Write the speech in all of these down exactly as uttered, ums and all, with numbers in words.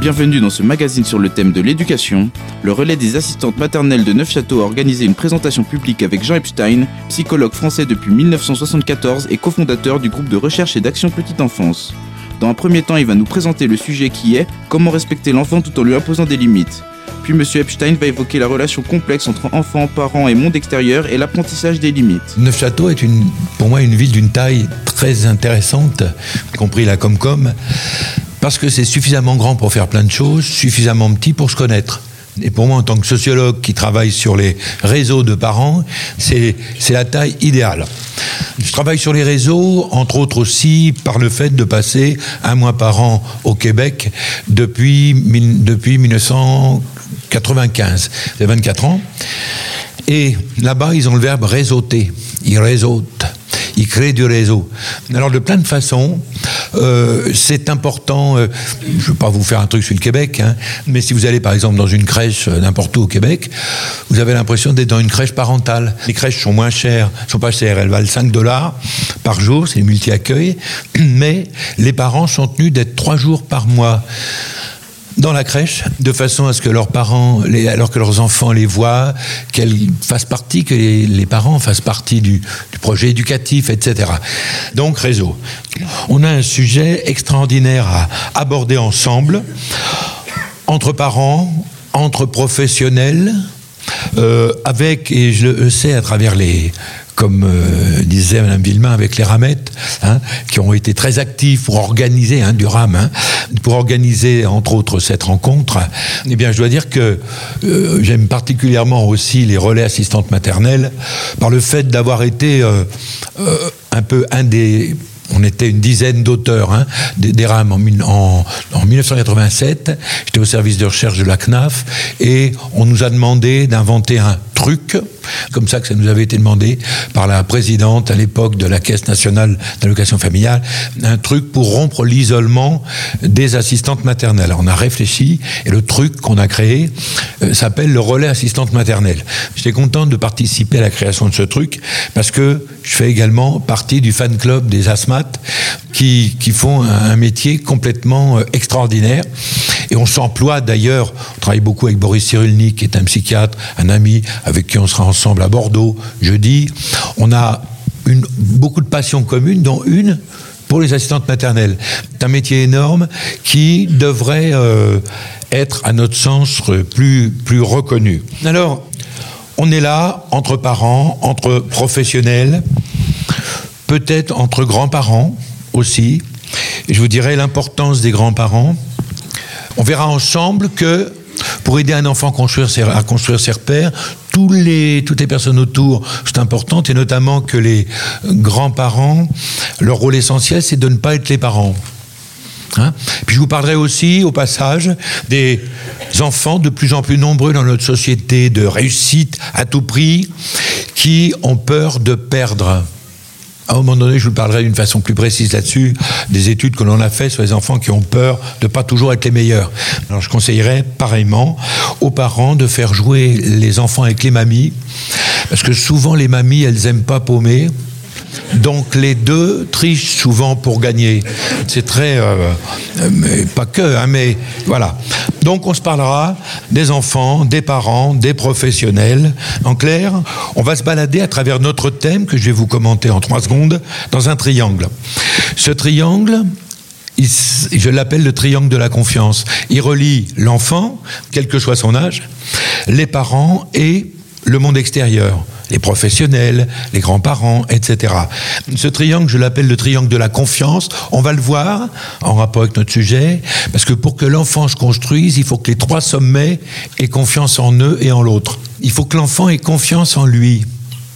Bienvenue dans ce magazine sur le thème de l'éducation. Le relais des assistantes maternelles de Neufchâteau a organisé une présentation publique avec Jean Epstein, psychologue français depuis mille neuf cent soixante-quatorze et cofondateur du groupe de recherche et d'action petite enfance. Dans un premier temps, il va nous présenter le sujet qui est « Comment respecter l'enfant tout en lui imposant des limites ». Puis M. Epstein va évoquer la relation complexe entre enfants, parents et monde extérieur et l'apprentissage des limites. Neufchâteau est une, pour moi une ville d'une taille très intéressante, y compris la Comcom, parce que c'est suffisamment grand pour faire plein de choses, suffisamment petit pour se connaître. Et pour moi, en tant que sociologue qui travaille sur les réseaux de parents, c'est, c'est la taille idéale. Je travaille sur les réseaux, entre autres aussi par le fait de passer un mois par an au Québec depuis, depuis mille neuf cent quatre-vingt-quinze. C'est vingt-quatre ans. Et là-bas, ils ont le verbe réseauter. Ils réseautent. Ils créent du réseau. Alors, de plein de façons, euh, c'est important. Euh, je ne veux pas vous faire un truc sur le Québec, hein, mais si vous allez, par exemple, dans une crèche euh, n'importe où au Québec, vous avez l'impression d'être dans une crèche parentale. Les crèches sont moins chères, ne sont pas chères. Elles valent cinq dollars par jour, c'est multi-accueil, mais les parents sont tenus d'être trois jours par mois dans la crèche, de façon à ce que leurs parents, les, alors que leurs enfants les voient, qu'elles fassent partie, que les, les parents fassent partie du, du projet éducatif, et cetera. Donc, réseau. On a un sujet extraordinaire à aborder ensemble, entre parents, entre professionnels, euh, avec, et je le sais à travers les... comme euh, disait Mme Villemain avec les ramettes, hein, qui ont été très actifs pour organiser, hein, du RAM, hein, pour organiser, entre autres, cette rencontre. Eh bien, je dois dire que euh, j'aime particulièrement aussi les relais assistantes maternelles, par le fait d'avoir été euh, euh, un peu un des... On était une dizaine d'auteurs, hein, des, des RAM en, en, en mille neuf cent quatre-vingt-sept. J'étais au service de recherche de la C N A F et on nous a demandé d'inventer un truc, comme ça que ça nous avait été demandé par la présidente à l'époque de la Caisse nationale d'allocation familiale, un truc pour rompre l'isolement des assistantes maternelles. Alors on a réfléchi et le truc qu'on a créé euh, s'appelle le relais assistante maternelle. J'étais content de participer à la création de ce truc parce que je fais également partie du fan club des asthmates qui, qui font un, un métier complètement euh, extraordinaire. Et on s'emploie d'ailleurs, on travaille beaucoup avec Boris Cyrulnik, qui est un psychiatre, un ami avec qui on sera ensemble à Bordeaux jeudi. On a une, beaucoup de passions communes, dont une pour les assistantes maternelles. C'est un métier énorme qui devrait euh, être, à notre sens, plus, plus reconnu. Alors, on est là, entre parents, entre professionnels, peut-être entre grands-parents aussi. Et je vous dirais l'importance des grands-parents. On verra ensemble que pour aider un enfant à construire ses, à construire ses repères, tous les, toutes les personnes autour sont importantes, et notamment que les grands-parents, leur rôle essentiel, c'est de ne pas être les parents. Hein? Puis je vous parlerai aussi, au passage, des enfants de plus en plus nombreux dans notre société, de réussite à tout prix, qui ont peur de perdre. À un moment donné, je vous parlerai d'une façon plus précise là-dessus, des études que l'on a faites sur les enfants qui ont peur de ne pas toujours être les meilleurs. Alors je conseillerais pareillement aux parents de faire jouer les enfants avec les mamies, parce que souvent les mamies, elles n'aiment pas paumer. Donc les deux trichent souvent pour gagner. C'est très... Euh, mais pas que, hein, mais voilà. Donc on se parlera des enfants, des parents, des professionnels. En clair, on va se balader à travers notre thème, que je vais vous commenter en trois secondes, dans un triangle. Ce triangle, il, je l'appelle le triangle de la confiance. Il relie l'enfant, quel que soit son âge, les parents et le monde extérieur. Les professionnels, les grands-parents, et cetera. Ce triangle, je l'appelle le triangle de la confiance. On va le voir en rapport avec notre sujet, parce que pour que l'enfant se construise, il faut que les trois sommets aient confiance en eux et en l'autre. Il faut que l'enfant ait confiance en lui.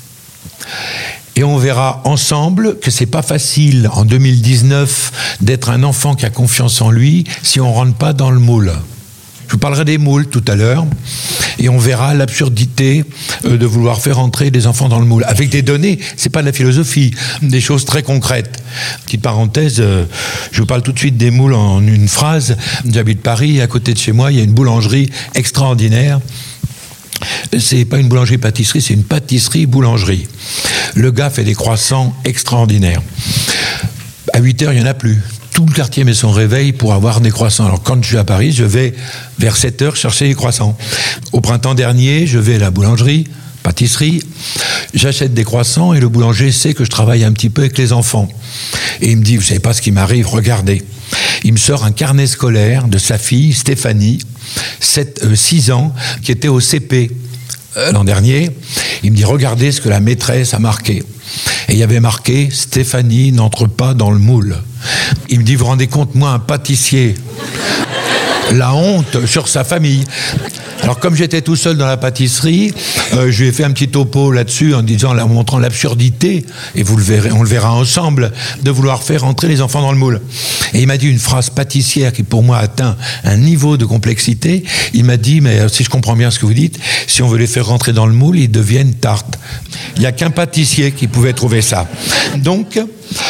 Et on verra ensemble que c'est pas facile, en deux mille dix-neuf, d'être un enfant qui a confiance en lui si on rentre pas dans le moule. Je vous parlerai des moules tout à l'heure, et on verra l'absurdité de vouloir faire entrer des enfants dans le moule. Avec des données, c'est pas de la philosophie, des choses très concrètes. Petite parenthèse, je vous parle tout de suite des moules en une phrase. J'habite Paris, et à côté de chez moi, il y a une boulangerie extraordinaire. C'est pas une boulangerie-pâtisserie, c'est une pâtisserie-boulangerie. Le gars fait des croissants extraordinaires. À huit heures, il n'y en a plus. tout le quartier met son réveil pour avoir des croissants. Alors quand je suis à Paris, je vais vers sept heures chercher les croissants. Au printemps dernier, je vais à la boulangerie, pâtisserie, j'achète des croissants et le boulanger sait que je travaille un petit peu avec les enfants. Et il me dit, vous savez pas ce qui m'arrive, regardez. Il me sort un carnet scolaire de sa fille, Stéphanie, six ans, qui était au C P euh, l'an dernier. Il me dit, regardez ce que la maîtresse a marqué. Et il y avait marqué, Stéphanie n'entre pas dans le moule. Il me dit, vous vous rendez compte, moi, un pâtissier, la honte sur sa famille. Alors comme j'étais tout seul dans la pâtisserie, euh, je lui ai fait un petit topo là-dessus en disant, en montrant l'absurdité, et vous le verrez, on le verra ensemble, de vouloir faire entrer les enfants dans le moule. Et il m'a dit une phrase pâtissière qui pour moi atteint un niveau de complexité. Il m'a dit, mais si je comprends bien ce que vous dites, si on veut les faire rentrer dans le moule, ils deviennent tartes. Il n'y a qu'un pâtissier qui pouvait trouver ça. Donc,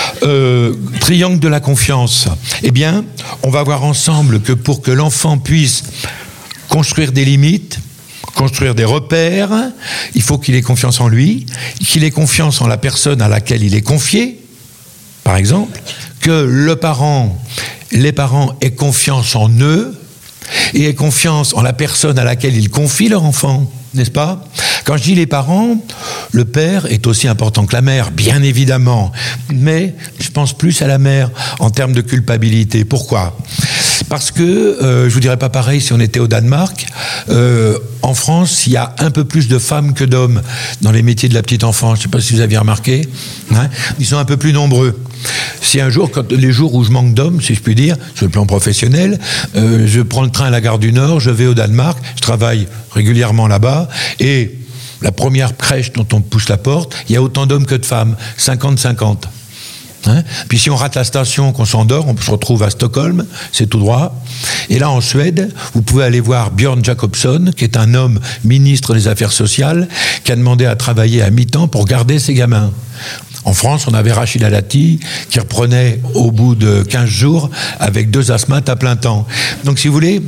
euh, triangle de la confiance. Eh bien, on va voir ensemble que pour que l'enfant puisse construire des limites, construire des repères, il faut qu'il ait confiance en lui, qu'il ait confiance en la personne à laquelle il est confié, par exemple, que le parent, les parents aient confiance en eux et aient confiance en la personne à laquelle ils confient leur enfant, n'est-ce pas ? Quand je dis les parents, le père est aussi important que la mère, bien évidemment, mais je pense plus à la mère en termes de culpabilité. Pourquoi ? Parce que, euh, je vous dirais pas pareil si on était au Danemark, euh, en France, il y a un peu plus de femmes que d'hommes dans les métiers de la petite enfance. Je sais pas si vous aviez remarqué, hein, ils sont un peu plus nombreux. Si un jour, quand, les jours où je manque d'hommes, si je puis dire, sur le plan professionnel, euh, je prends le train à la gare du Nord, je vais au Danemark, je travaille régulièrement là-bas, et la première crèche dont on pousse la porte, il y a autant d'hommes que de femmes, cinquante cinquante. Hein? Puis si on rate la station, qu'on s'endort, on se retrouve à Stockholm, c'est tout droit. Et là, en Suède, vous pouvez aller voir Björn Jacobson, qui est un homme ministre des Affaires sociales, qui a demandé à travailler à mi-temps pour garder ses gamins. En France, on avait Rachida Dati, qui reprenait au bout de quinze jours avec deux asthmates à plein temps. Donc, si vous voulez,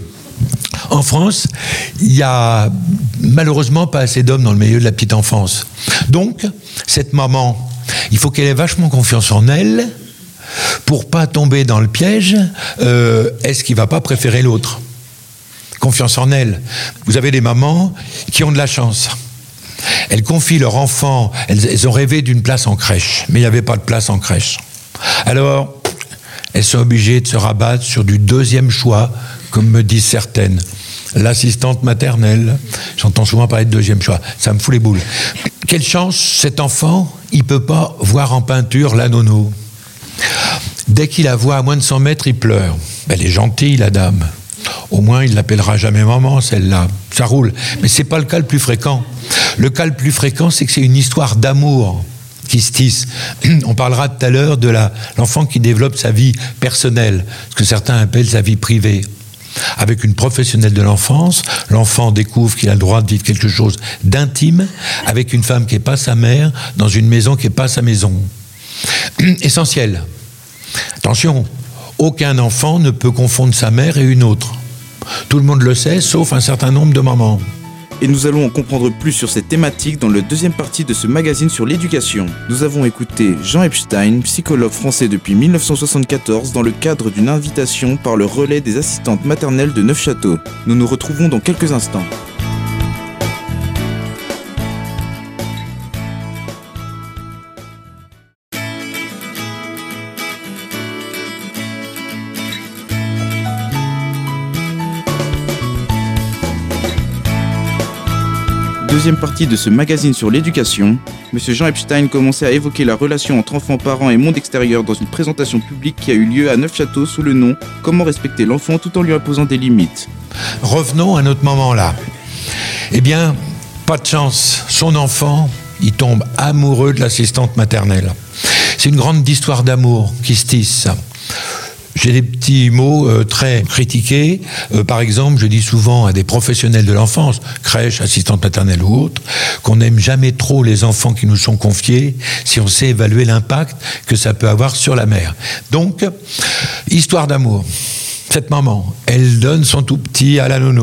en France, il n'y a malheureusement pas assez d'hommes dans le milieu de la petite enfance. Donc, cette maman, il faut qu'elle ait vachement confiance en elle pour pas tomber dans le piège. Euh, est-ce qu'il va pas préférer l'autre ? Confiance en elle. Vous avez des mamans qui ont de la chance. Elles confient leur enfant, elles, elles ont rêvé d'une place en crèche, mais il n'y avait pas de place en crèche. Alors, elles sont obligées de se rabattre sur du deuxième choix, comme me disent certaines. L'assistante maternelle, j'entends souvent parler de deuxième choix, ça me fout les boules. Quelle chance, cet enfant, il ne peut pas voir en peinture la nounou. Dès qu'il la voit à moins de cent mètres, il pleure. Elle est gentille, la dame. Au moins, il ne l'appellera jamais maman, celle-là. Ça roule. Mais ce n'est pas le cas le plus fréquent. Le cas le plus fréquent, c'est que c'est une histoire d'amour qui se tisse. On parlera tout à l'heure de la, l'enfant qui développe sa vie personnelle, ce que certains appellent sa vie privée. Avec une professionnelle de l'enfance, l'enfant découvre qu'il a le droit de vivre quelque chose d'intime avec une femme qui n'est pas sa mère, dans une maison qui n'est pas sa maison. Essentiel. Attention, aucun enfant ne peut confondre sa mère et une autre. Tout le monde le sait, sauf un certain nombre de mamans. Et nous allons en comprendre plus sur cette thématique dans la deuxième partie de ce magazine sur l'éducation. Nous avons écouté Jean Epstein, psychologue français depuis mille neuf cent soixante-quatorze, dans le cadre d'une invitation par le relais des assistantes maternelles de Neufchâteau. Nous nous retrouvons dans quelques instants. Deuxième partie de ce magazine sur l'éducation, Monsieur Jean Epstein commençait à évoquer la relation entre enfants, parents et monde extérieur dans une présentation publique qui a eu lieu à Neufchâteau sous le nom « Comment respecter l'enfant tout en lui imposant des limites ». Revenons à notre moment là. Eh bien, pas de chance, son enfant, il tombe amoureux de l'assistante maternelle. C'est une grande histoire d'amour qui se tisse. J'ai des petits mots euh, très critiqués. Euh, par exemple, je dis souvent à des professionnels de l'enfance, crèche, assistante maternelle ou autre, qu'on n'aime jamais trop les enfants qui nous sont confiés si on sait évaluer l'impact que ça peut avoir sur la mère. Donc, histoire d'amour. Cette maman, elle donne son tout petit à la nounou.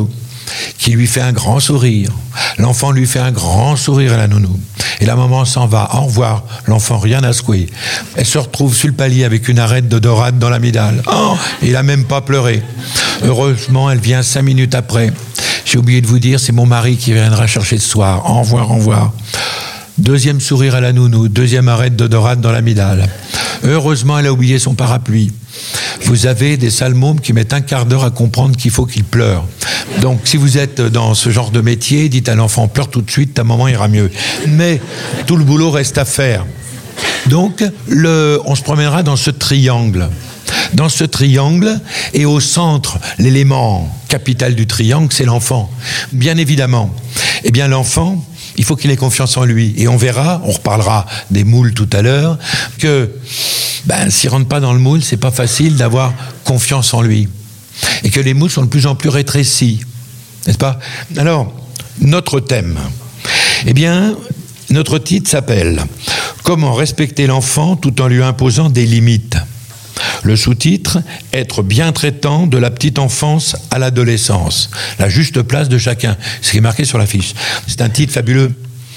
qui lui fait un grand sourire. L'enfant lui fait un grand sourire à la nounou. Et la maman s'en va. Au revoir. L'enfant, rien à secouer. Elle se retrouve sur le palier avec une arête de dorade dans l'amygdale. Oh, il n'a même pas pleuré. Heureusement, elle vient cinq minutes après. J'ai oublié de vous dire, c'est mon mari qui viendra chercher ce soir. Au revoir, au revoir. Deuxième sourire à la nounou. Deuxième arête de dorade dans l'amygdale. Heureusement, elle a oublié son parapluie. Vous avez des sales mômes qui mettent un quart d'heure à comprendre qu'il faut qu'ils pleurent. Donc, si vous êtes dans ce genre de métier, dites à l'enfant, pleure tout de suite, ta maman ira mieux. Mais tout le boulot reste à faire. Donc, le, on se promènera dans ce triangle. Dans ce triangle, et au centre, l'élément capital du triangle, c'est l'enfant. Bien évidemment. Eh bien, l'enfant, il faut qu'il ait confiance en lui. Et on verra, on reparlera des moules tout à l'heure, que ben, s'il ne rentre pas dans le moule, c'est pas facile d'avoir confiance en lui. Et que les moules sont de plus en plus rétrécis. N'est-ce pas? Alors, notre thème. Eh bien, notre titre s'appelle « Comment respecter l'enfant tout en lui imposant des limites ?» Le sous-titre, « Être bien traitant de la petite enfance à l'adolescence. La juste place de chacun. » Ce qui est marqué sur l'affiche. C'est un titre fabuleux.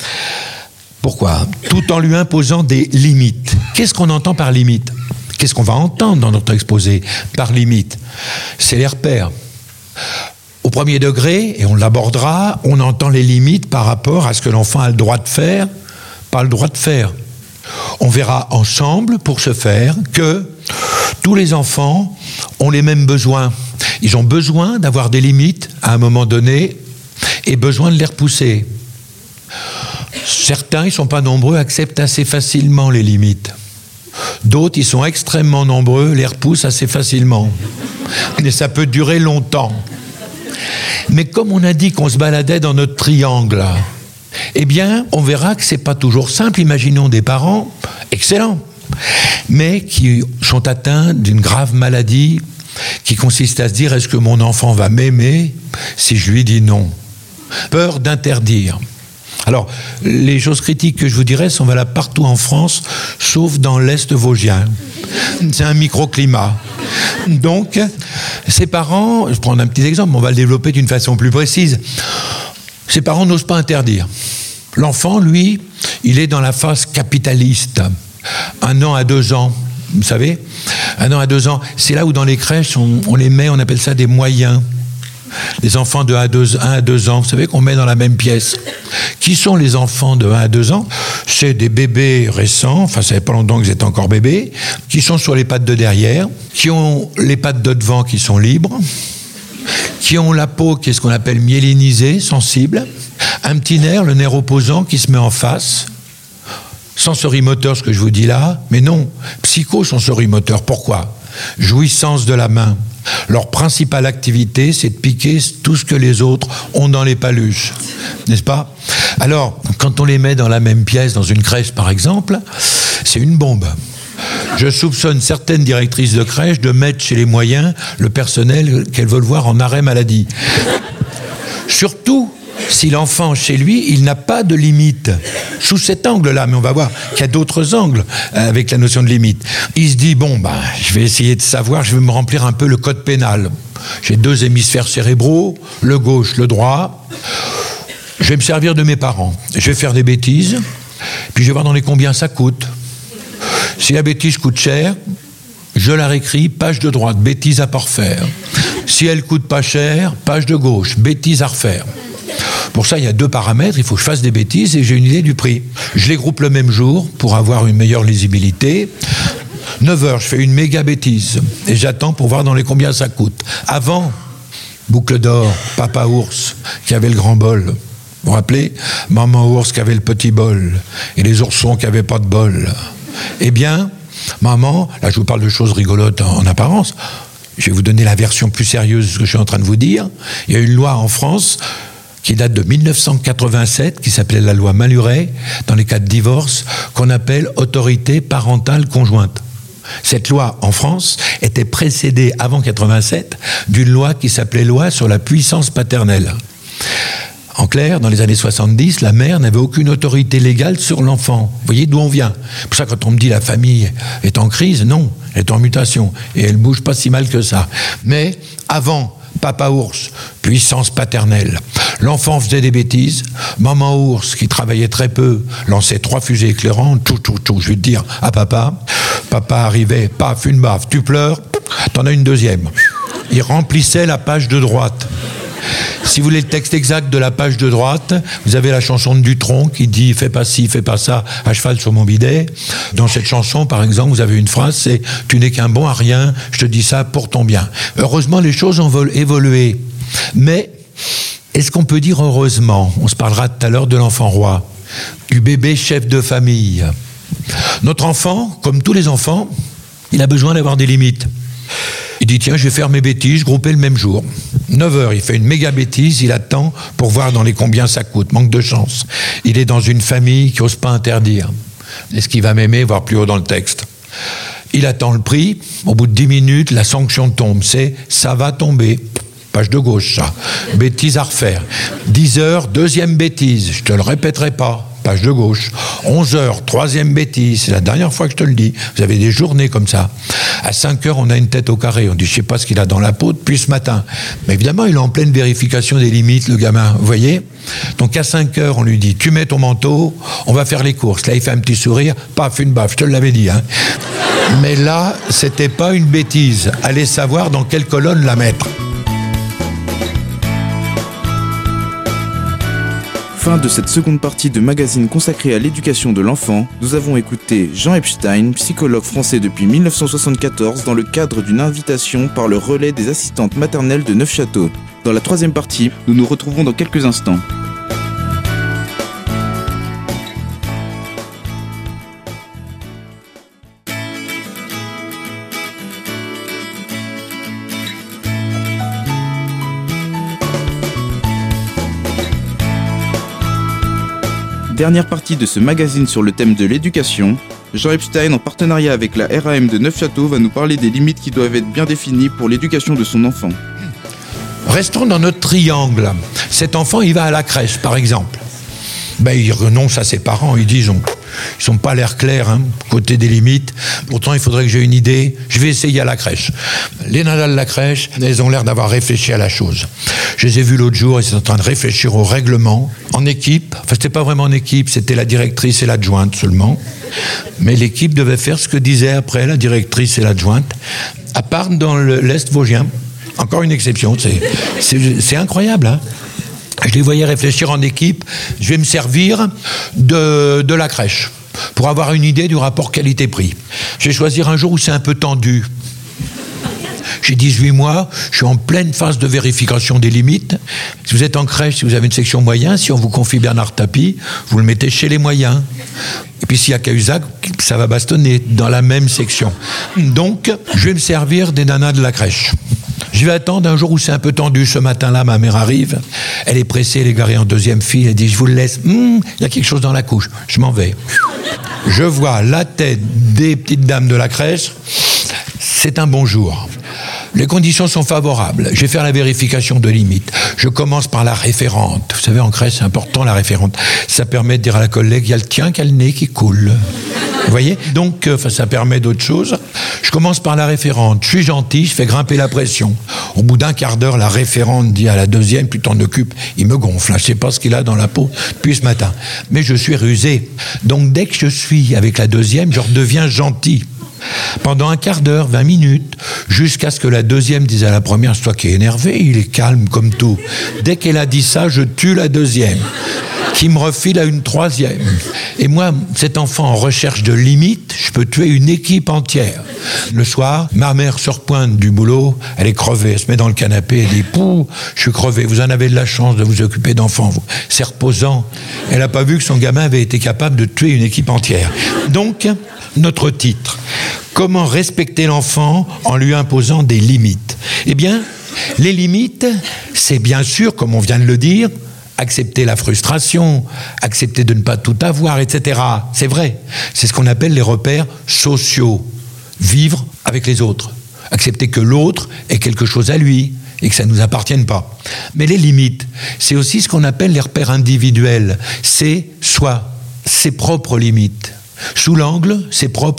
Pourquoi? Tout en lui imposant des limites. Qu'est-ce qu'on entend par limite? Qu'est-ce qu'on va entendre dans notre exposé par limite? C'est les repères. Au premier degré, et on l'abordera, on entend les limites par rapport à ce que l'enfant a le droit de faire, pas le droit de faire. On verra ensemble, pour ce faire, que tous les enfants ont les mêmes besoins. Ils ont besoin d'avoir des limites à un moment donné et besoin de les repousser. Certains, ils ne sont pas nombreux, acceptent assez facilement les limites. D'autres, ils sont extrêmement nombreux, les repoussent assez facilement. Et ça peut durer longtemps. Mais comme on a dit qu'on se baladait dans notre triangle, eh bien, on verra que ce n'est pas toujours simple. Imaginons des parents excellents, mais qui sont atteints d'une grave maladie qui consiste à se dire, est-ce que mon enfant va m'aimer si je lui dis non? Peur d'interdire. Alors, les choses critiques que je vous dirais sont valables partout en France, sauf dans l'Est vosgien. C'est un microclimat. Donc, ces parents, je prends un petit exemple, on va le développer d'une façon plus précise. Ces parents n'osent pas interdire. L'enfant, lui, il est dans la phase capitaliste. Un an à deux ans, vous savez, un an à deux ans, c'est là où dans les crèches, on, on les met, on appelle ça des moyens. Les enfants de un à deux ans, vous savez qu'on met dans la même pièce. Qui sont les enfants de un à deux ans? C'est des bébés récents, enfin ça fait pas longtemps qu'ils étaient encore bébés, qui sont sur les pattes de derrière, qui ont les pattes de devant qui sont libres, qui ont la peau qui est ce qu'on appelle myélinisée, sensible, un petit nerf, le nerf opposant qui se met en face, sensorimoteur, ce que je vous dis là, mais non, psychosensorimoteur. Pourquoi? Jouissance de la main. Leur principale activité, c'est de piquer tout ce que les autres ont dans les paluches, n'est-ce pas? Alors, quand on les met dans la même pièce, dans une crèche par exemple, c'est une bombe. Je soupçonne certaines directrices de crèche de mettre chez les moyens le personnel qu'elles veulent voir en arrêt maladie. Surtout si l'enfant, chez lui, il n'a pas de limite. Sous cet angle-là, mais on va voir qu'il y a d'autres angles avec la notion de limite. Il se dit, bon, ben, je vais essayer de savoir, je vais me remplir un peu le code pénal. J'ai deux hémisphères cérébraux, le gauche, le droit. Je vais me servir de mes parents. Je vais faire des bêtises, puis je vais voir dans les combien ça coûte. Si la bêtise coûte cher, je la réécris, page de droite, bêtise à parfaire. Si elle coûte pas cher, page de gauche, bêtise à refaire. Pour ça, il y a deux paramètres, il faut que je fasse des bêtises et j'ai une idée du prix. Je les groupe le même jour pour avoir une meilleure lisibilité. neuf heures, je fais une méga bêtise et j'attends pour voir dans les combien ça coûte. Avant, boucle d'or, papa ours qui avait le grand bol. Vous vous rappelez? Maman ours qui avait le petit bol et les oursons qui n'avaient pas de bol. Eh bien, maman, là je vous parle de choses rigolotes en, en apparence, je vais vous donner la version plus sérieuse de ce que je suis en train de vous dire. Il y a une loi en France qui date de mille neuf cent quatre-vingt-sept, qui s'appelait la loi Malhuret, dans les cas de divorce, qu'on appelle autorité parentale conjointe. Cette loi, en France, était précédée, avant quatre-vingt-sept, d'une loi qui s'appelait loi sur la puissance paternelle. En clair, dans les années soixante-dix, la mère n'avait aucune autorité légale sur l'enfant. Vous voyez d'où on vient? Pour ça, quand on me dit la famille est en crise, non, elle est en mutation. Et elle ne bouge pas si mal que ça. Mais avant, Papa ours, puissance paternelle. L'enfant faisait des bêtises. Maman ours, qui travaillait très peu, lançait trois fusées éclairantes. Tout, tout, tout, je vais te dire, à papa. Papa arrivait, paf, une baffe, tu pleures, t'en as une deuxième. Il remplissait la page de droite. Si vous voulez le texte exact de la page de droite, vous avez la chanson de Dutronc qui dit « Fais pas ci, fais pas ça, à cheval sur mon bidet ». Dans cette chanson, par exemple, vous avez une phrase, c'est « Tu n'es qu'un bon à rien, je te dis ça pour ton bien ». Heureusement, les choses ont évolué. Mais, est-ce qu'on peut dire heureusement? On se parlera tout à l'heure de l'enfant roi, du bébé chef de famille. Notre enfant, comme tous les enfants, il a besoin d'avoir des limites. Il dit, tiens, je vais faire mes bêtises, groupées le même jour. neuf heures, il fait une méga bêtise, il attend pour voir dans les combien ça coûte. Manque de chance. Il est dans une famille qui n'ose pas interdire. Est-ce qu'il va m'aimer, voir plus haut dans le texte? Il attend le prix. Au bout de dix minutes, la sanction tombe. C'est « ça va tomber ». Page de gauche, ça. Bêtise à refaire. dix heures, deuxième bêtise. Je te le répéterai pas. Page de gauche. onze heures, troisième bêtise. C'est la dernière fois que je te le dis. Vous avez des journées comme ça. À cinq heures, on a une tête au carré. On dit, je sais pas ce qu'il a dans la peau depuis ce matin. Mais évidemment, il est en pleine vérification des limites, le gamin. Vous voyez? Donc à cinq heures, on lui dit, tu mets ton manteau, on va faire les courses. Là, il fait un petit sourire. Paf, une baffe. Je te l'avais dit, hein. Mais là, c'était pas une bêtise. Allez savoir dans quelle colonne la mettre. Fin de cette seconde partie de magazine consacrée à l'éducation de l'enfant. Nous avons écouté Jean Epstein, psychologue français depuis mille neuf cent soixante-quatorze, dans le cadre d'une invitation par le relais des assistantes maternelles de Neufchâteau. Dans la troisième partie, nous nous retrouvons dans quelques instants. Dernière partie de ce magazine sur le thème de l'éducation. Jean Epstein, en partenariat avec la R A M de Neufchâteau, va nous parler des limites qui doivent être bien définies pour l'éducation de son enfant. Restons dans notre triangle. Cet enfant, il va à la crèche, par exemple. Ben, il renonce à ses parents, ils disent, on, ils sont pas l'air clairs, hein, côté des limites. Pourtant, il faudrait que j'ai une idée. Je vais essayer à la crèche. Les nanas de la crèche, elles ont l'air d'avoir réfléchi à la chose. Je les ai vus l'autre jour, ils sont en train de réfléchir au règlement, en équipe. Enfin, c'était pas vraiment en équipe, c'était la directrice et l'adjointe seulement. Mais l'équipe devait faire ce que disait après la directrice et l'adjointe, à part dans le, l'Est vosgien. Encore une exception, c'est, c'est, c'est incroyable, hein. Je les voyais réfléchir en équipe. Je vais me servir de, de la crèche pour avoir une idée du rapport qualité-prix. Je vais choisir un jour où c'est un peu tendu. J'ai dix-huit mois, je suis en pleine phase de vérification des limites. Si vous êtes en crèche, si vous avez une section moyen, si on vous confie Bernard Tapie, vous le mettez chez les moyens. Et puis s'il y a Cahuzac, ça va bastonner dans la même section. Donc, je vais me servir des nanas de la crèche. Je vais attendre un jour où c'est un peu tendu. Ce matin-là, ma mère arrive. Elle est pressée, elle est garée en deuxième file. Elle dit, je vous le laisse. Hum, il y a quelque chose dans la couche. Je m'en vais. Je vois la tête des petites dames de la crèche. C'est un bon jour. Les conditions sont favorables. Je vais faire la vérification de limites. Je commence par la référente. Vous savez, en crèche, c'est important, la référente. Ça permet de dire à la collègue, il y a le tien qui a le nez qui coule. Vous voyez? Donc, euh, ça permet d'autres choses. Je commence par la référente. Je suis gentil, je fais grimper la pression. Au bout d'un quart d'heure, la référente dit à la deuxième, tu t'en occupes. Il me gonfle. Je ne sais pas ce qu'il a dans la peau depuis ce matin. Mais je suis rusé. Donc, dès que je suis avec la deuxième, je redeviens gentil. Pendant un quart d'heure, vingt minutes, jusqu'à ce que la deuxième dise à la première, c'est toi qui es énervé, il est calme comme tout. Dès qu'elle a dit ça, je tue la deuxième, qui me refile à une troisième. Et moi, cet enfant en recherche de limites, je peux tuer une équipe entière. Le soir, ma mère se repointe du boulot, elle est crevée, elle se met dans le canapé, elle dit « Pouh, je suis crevée, vous en avez de la chance de vous occuper d'enfants, vous. C'est reposant. » Elle n'a pas vu que son gamin avait été capable de tuer une équipe entière. Donc, notre titre, comment respecter l'enfant en lui imposant des limites? Eh bien, les limites, c'est bien sûr, comme on vient de le dire, accepter la frustration, accepter de ne pas tout avoir, et cetera. C'est vrai. C'est ce qu'on appelle les repères sociaux. Vivre avec les autres. Accepter que l'autre ait quelque chose à lui et que ça ne nous appartienne pas. Mais les limites, c'est aussi ce qu'on appelle les repères individuels. C'est soi, ses propres limites. Sous l'angle, ses propres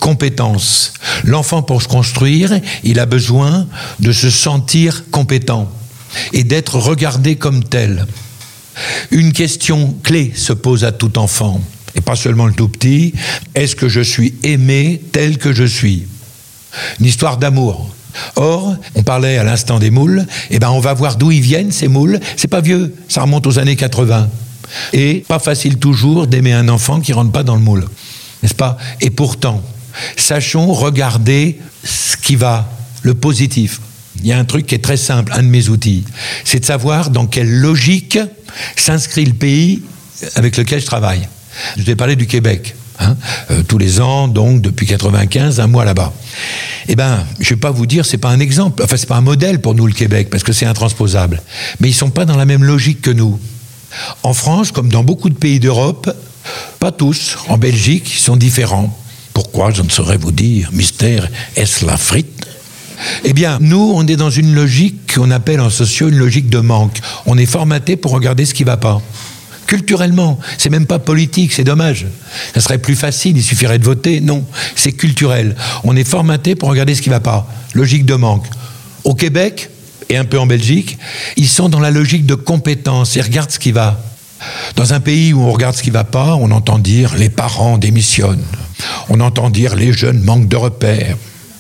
compétence. L'enfant, pour se construire, il a besoin de se sentir compétent et d'être regardé comme tel. Une question clé se pose à tout enfant, et pas seulement le tout petit. Est-ce que je suis aimé tel que je suis ? Une histoire d'amour. Or, on parlait à l'instant des moules, et ben on va voir d'où ils viennent, ces moules. C'est pas vieux, ça remonte aux années quatre-vingts. Et pas facile toujours d'aimer un enfant qui rentre pas dans le moule, n'est-ce pas ? Et pourtant, sachons regarder ce qui va, le positif. Il y a un truc qui est très simple, un de mes outils, c'est de savoir dans quelle logique s'inscrit le pays avec lequel je travaille. Je vous ai parlé du Québec. Hein, euh, tous les ans, donc depuis quatre-vingt-quinze, un mois là-bas. Eh ben, je vais pas vous dire, c'est pas un exemple, enfin c'est pas un modèle pour nous le Québec, parce que c'est intransposable. Mais ils sont pas dans la même logique que nous. En France, comme dans beaucoup de pays d'Europe, pas tous. En Belgique, ils sont différents. Pourquoi ? Je ne saurais vous dire. Mystère, est-ce la frite ? Eh bien, nous, on est dans une logique qu'on appelle en socio une logique de manque. On est formaté pour regarder ce qui va pas. Culturellement, c'est même pas politique, c'est dommage. Ça serait plus facile, il suffirait de voter. Non, c'est culturel. On est formaté pour regarder ce qui va pas. Logique de manque. Au Québec, et un peu en Belgique, ils sont dans la logique de compétence. Ils regardent ce qui va. Dans un pays où on regarde ce qui va pas, on entend dire les parents démissionnent. On entend dire les jeunes manquent de repères.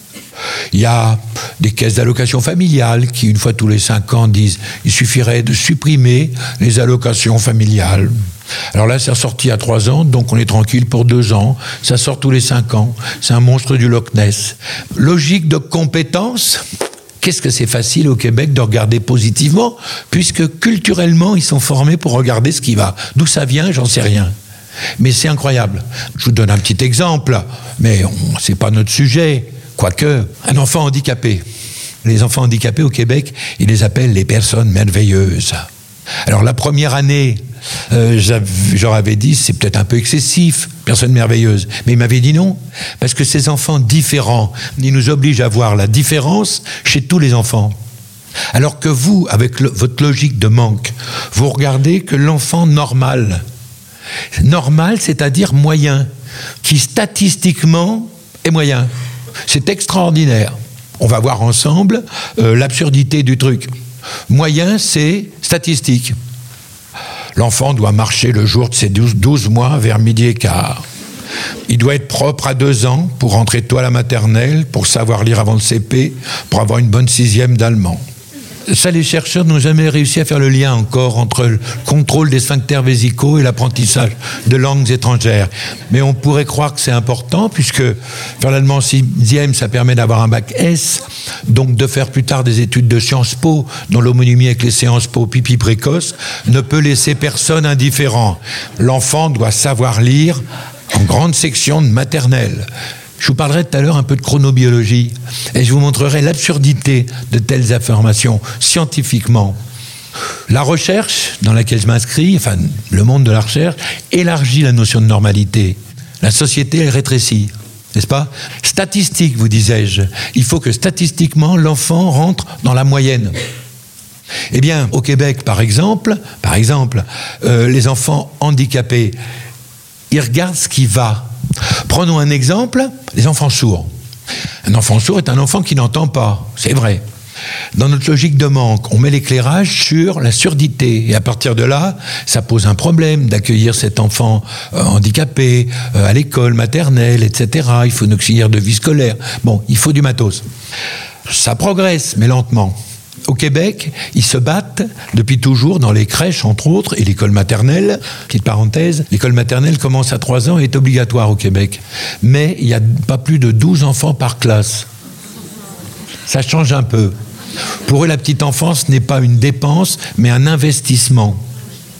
Il y a des caisses d'allocations familiales qui, une fois tous les cinq ans, disent il suffirait de supprimer les allocations familiales. Alors là, c'est ressorti à trois ans, donc on est tranquille pour deux ans. Ça sort tous les cinq ans. C'est un monstre du Loch Ness. Logique de compétence. Qu'est-ce que c'est facile au Québec de regarder positivement, puisque culturellement, ils sont formés pour regarder ce qui va. D'où ça vient, j'en sais rien. Mais c'est incroyable. Je vous donne un petit exemple, mais ce n'est pas notre sujet. Quoique, un enfant handicapé. Les enfants handicapés au Québec, ils les appellent les personnes merveilleuses. Alors la première année, euh, j'aurais avais dit, c'est peut-être un peu excessif, personne merveilleuse. Mais il m'avait dit non, parce que ces enfants différents, ils nous obligent à voir la différence chez tous les enfants. Alors que vous, avec le, votre logique de manque, vous regardez que l'enfant normal, normal, c'est-à-dire moyen, qui statistiquement est moyen. C'est extraordinaire. On va voir ensemble euh, l'absurdité du truc. Moyen, c'est statistique. L'enfant doit marcher le jour de ses douze mois vers midi et quart. Il doit être propre à deux ans pour rentrer tôt à la maternelle, pour savoir lire avant le C P, pour avoir une bonne sixième d'allemand. Ça, les chercheurs n'ont jamais réussi à faire le lien encore entre le contrôle des sphincters vésicaux et l'apprentissage de langues étrangères. Mais on pourrait croire que c'est important, puisque faire l'allemand sixième, ça permet d'avoir un bac S, donc de faire plus tard des études de Sciences Po, dont l'homonymie avec les Sciences Po pipi précoce ne peut laisser personne indifférent. L'enfant doit savoir lire en grande section de maternelle. Je vous parlerai tout à l'heure un peu de chronobiologie et je vous montrerai l'absurdité de telles affirmations scientifiquement. La recherche dans laquelle je m'inscris, enfin le monde de la recherche, élargit la notion de normalité. La société, elle rétrécit, n'est-ce pas ? Statistique, vous disais-je. Il faut que statistiquement, l'enfant rentre dans la moyenne. Eh bien, au Québec, par exemple, par exemple, euh, les enfants handicapés, ils regardent ce qui va. Prenons un exemple, les enfants sourds. Un enfant sourd est un enfant qui n'entend pas, c'est vrai. Dans notre logique de manque, on met l'éclairage sur la surdité. Et à partir de là, ça pose un problème d'accueillir cet enfant euh, handicapé euh, à l'école maternelle, et cetera. Il faut une auxiliaire de vie scolaire. Bon, il faut du matos. Ça progresse, mais lentement. Au Québec, ils se battent depuis toujours dans les crèches, entre autres, et l'école maternelle. Petite parenthèse, l'école maternelle commence à trois ans et est obligatoire au Québec. Mais il n'y a pas plus de douze enfants par classe. Ça change un peu. Pour eux, la petite enfance n'est pas une dépense, mais un investissement. D'accord ?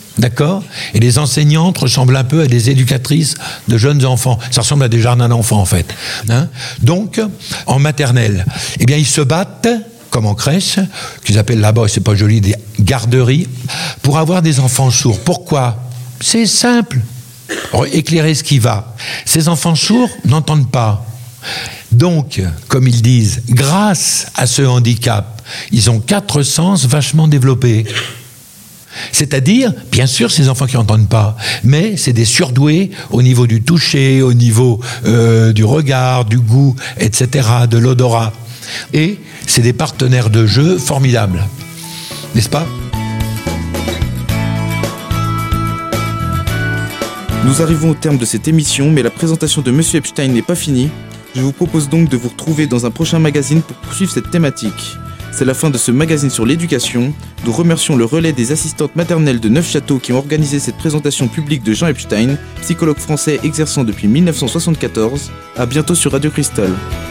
Et les enseignantes ressemblent un peu à des éducatrices de jeunes enfants. Ça ressemble à des jardins d'enfants, en fait. Hein ? Donc, en maternelle, eh bien, ils se battent comme en crèche, qu'ils appellent là-bas, c'est pas joli, des garderies, pour avoir des enfants sourds. Pourquoi ? C'est simple. Éclairer ce qui va. Ces enfants sourds n'entendent pas. Donc, comme ils disent, grâce à ce handicap, ils ont quatre sens vachement développés. C'est-à-dire, bien sûr, ces enfants qui n'entendent pas, mais c'est des surdoués au niveau du toucher, au niveau euh, du regard, du goût, et cetera, de l'odorat. Et c'est des partenaires de jeu formidables, n'est-ce pas ? Nous arrivons au terme de cette émission, mais la présentation de Monsieur Epstein n'est pas finie. Je vous propose donc de vous retrouver dans un prochain magazine pour poursuivre cette thématique. C'est la fin de ce magazine sur l'éducation. Nous remercions le relais des assistantes maternelles de Neufchâteau qui ont organisé cette présentation publique de Jean Epstein, psychologue français exerçant depuis mille neuf cent soixante-quatorze. À bientôt sur Radio Cristal.